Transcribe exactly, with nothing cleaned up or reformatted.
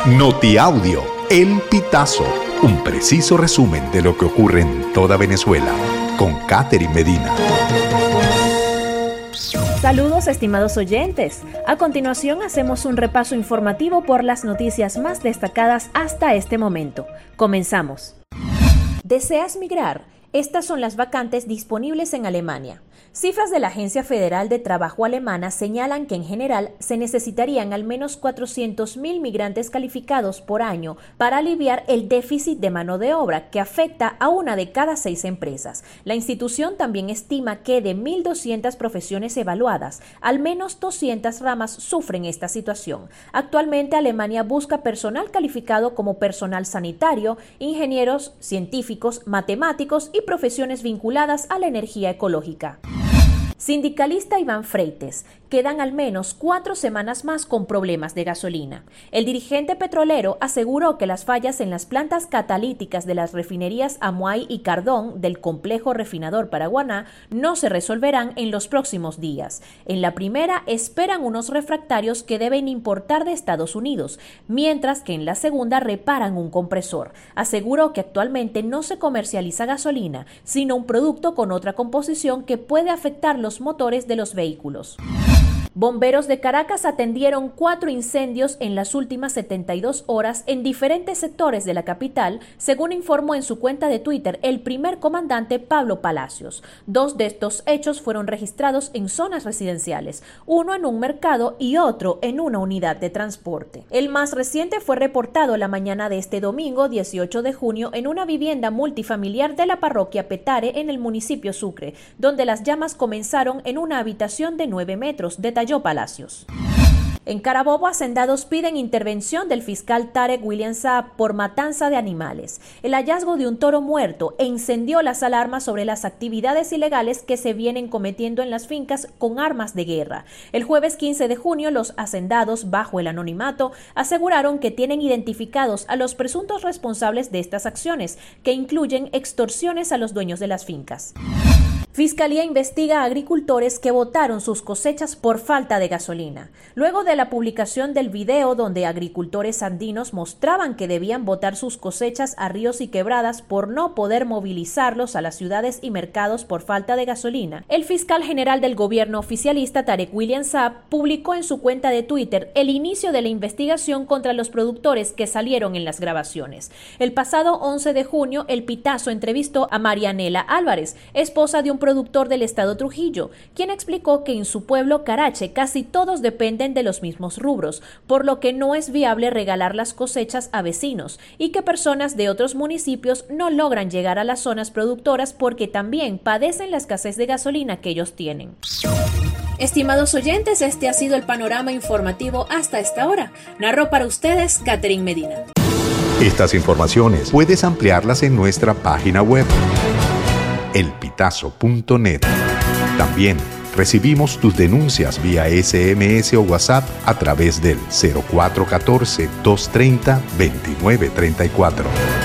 Notiaudio, El Pitazo, un preciso resumen de lo que ocurre en toda Venezuela, con Catherine Medina. Saludos, estimados oyentes. A continuación hacemos un repaso informativo por las noticias más destacadas hasta este momento. Comenzamos. ¿Deseas migrar? Estas son las vacantes disponibles en Alemania. Cifras de la Agencia Federal de Trabajo alemana señalan que en general se necesitarían al menos cuatrocientos mil migrantes calificados por año para aliviar el déficit de mano de obra que afecta a una de cada seis empresas. La institución también estima que de mil doscientas profesiones evaluadas, al menos doscientas ramas sufren esta situación. Actualmente Alemania busca personal calificado como personal sanitario, ingenieros, científicos, matemáticos y profesiones vinculadas a la energía ecológica. Sindicalista Iván Freites, quedan al menos cuatro semanas más con problemas de gasolina. El dirigente petrolero aseguró que las fallas en las plantas catalíticas de las refinerías Amuay y Cardón del complejo refinador Paraguaná no se resolverán en los próximos días. En la primera esperan unos refractarios que deben importar de Estados Unidos, mientras que en la segunda reparan un compresor. Aseguró que actualmente no se comercializa gasolina, sino un producto con otra composición que puede afectar los motores de los vehículos. Bomberos de Caracas atendieron cuatro incendios en las últimas setenta y dos horas en diferentes sectores de la capital, según informó en su cuenta de Twitter el primer comandante Pablo Palacios. Dos de estos hechos fueron registrados en zonas residenciales, uno en un mercado y otro en una unidad de transporte. El más reciente fue reportado la mañana de este domingo, dieciocho de junio, en una vivienda multifamiliar de la parroquia Petare en el municipio Sucre, donde las llamas comenzaron en una habitación de nueve metros, detalló Palacios. En Carabobo, hacendados piden intervención del fiscal Tarek William Saab por matanza de animales. El hallazgo de un toro muerto encendió las alarmas sobre las actividades ilegales que se vienen cometiendo en las fincas con armas de guerra. El jueves quince de junio, los hacendados, bajo el anonimato, aseguraron que tienen identificados a los presuntos responsables de estas acciones, que incluyen extorsiones a los dueños de las fincas. Fiscalía investiga a agricultores que botaron sus cosechas por falta de gasolina. Luego de la publicación del video donde agricultores andinos mostraban que debían botar sus cosechas a ríos y quebradas por no poder movilizarlos a las ciudades y mercados por falta de gasolina, el fiscal general del gobierno oficialista Tarek William Saab publicó en su cuenta de Twitter el inicio de la investigación contra los productores que salieron en las grabaciones. El pasado once de junio, El Pitazo entrevistó a Marianela Álvarez, esposa de un productor del estado Trujillo, quien explicó que en su pueblo Carache casi todos dependen de los mismos rubros, por lo que no es viable regalar las cosechas a vecinos y que personas de otros municipios no logran llegar a las zonas productoras porque también padecen la escasez de gasolina que ellos tienen. Estimados oyentes, este ha sido el panorama informativo hasta esta hora. Narró para ustedes Catherine Medina. Estas informaciones puedes ampliarlas en nuestra página web, el pitazo punto net. También recibimos tus denuncias vía ese eme ese o WhatsApp a través del cero cuatro uno cuatro, dos tres cero, dos nueve tres cuatro.